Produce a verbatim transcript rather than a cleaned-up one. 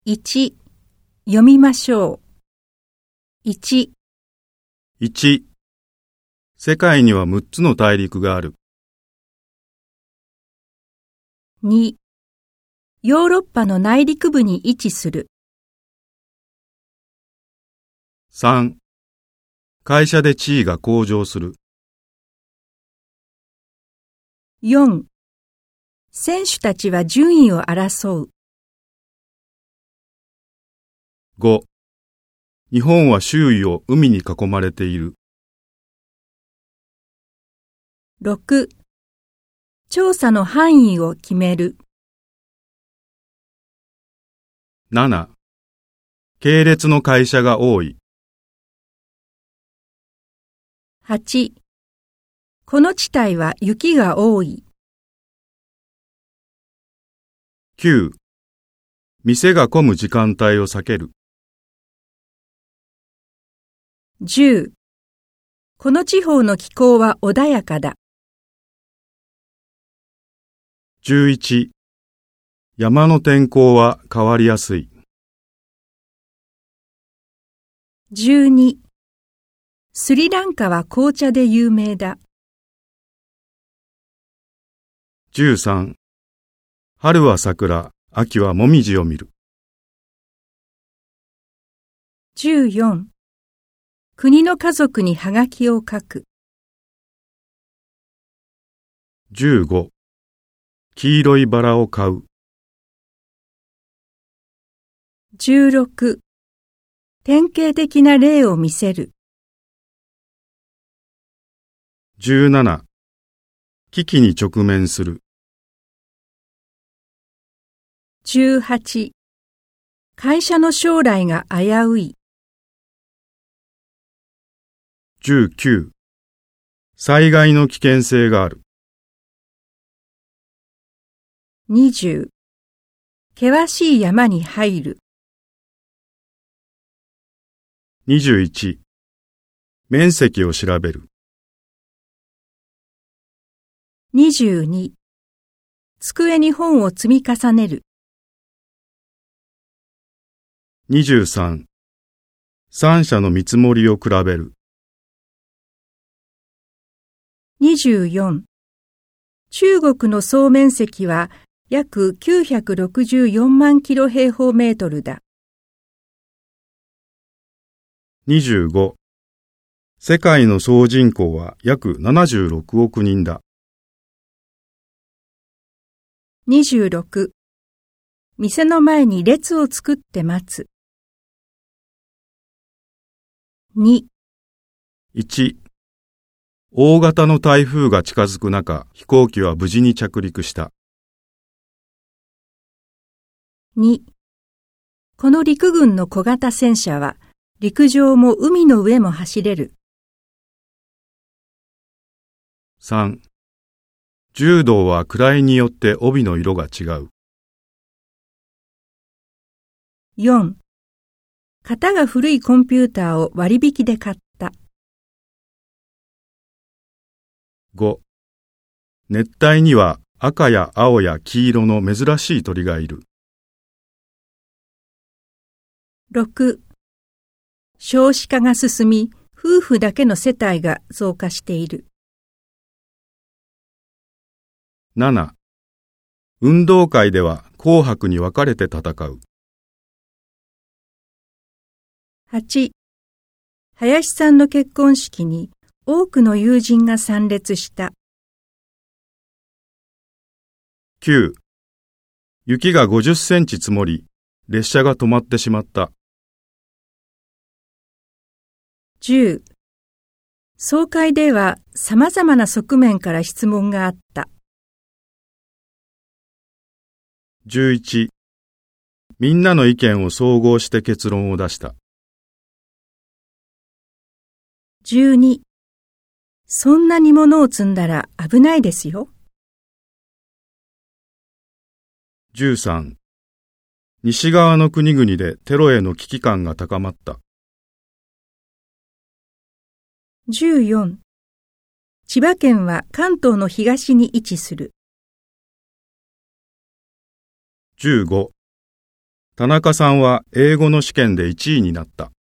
いち、読みましょう。いち、 いち、世界にはむっつの大陸がある。 に、ヨーロッパの内陸部に位置する。 さん、会社で地位が向上する。 よん、選手たちは順位を争う。 ご、日本は周囲を海に囲まれている。 ろく、調査の範囲を決める。 なな、系列の会社が多い。 はち、この地帯は雪が多い。 きゅう、店が混む時間帯を避ける。 じゅう、この地方の気候は穏やかだ。 じゅういち、山の天候は変わりやすい。 じゅうに、スリランカは紅茶で有名だ。 じゅうさん、春は桜、秋はもみじを見る。 じゅうよん、国の家族にはがきを書く。 じゅうご、黄色いバラを買う。 じゅうろく、典型的な例を見せる。 じゅうなな、危機に直面する。 じゅうはち、会社の将来が危うい。 じゅうきゅう、災害の危険性がある。 にじゅう、険しい山に入る。 にじゅういち、面積を調べる。 にじゅうに、机に本を積み重ねる。 にじゅうさん、三者の見積もりを比べる。 にじゅうよん、中国の総面積は約きゅうひゃくろくじゅうよんまんキロ平方メートルだ。 にじゅうご、世界の総人口は約ななじゅうろくおくにんだ。 にじゅうろく、店の前に列を作って待つ。に、 いち、大型の台風が近づく中、飛行機は無事に着陸した。 に、この陸軍の小型戦車は陸上も海の上も走れる。 さん、柔道は位によって帯の色が違う。 よん、型が古いコンピューターを割引で買った。 ご、熱帯には赤や青や黄色の珍しい鳥がいる。 ろく、少子化が進み、夫婦だけの世帯が増加している。 なな、運動会では紅白に分かれて戦う。 はち、林さんの結婚式に多くの友人が参列した。 きゅう、雪がごじゅっセンチ積もり、列車が止まってしまった。 じゅう、総会ではさまざまな側面から質問があった。 じゅういち、みんなの意見を総合して結論を出した。 じゅうに、そんなに物を積んだら危ないですよ。 じゅうさん、西側の国々でテロへの危機感が高まった。 じゅうよん、千葉県は関東の東に位置する。 じゅうご、 田中さんは英語の試験でいちいになった。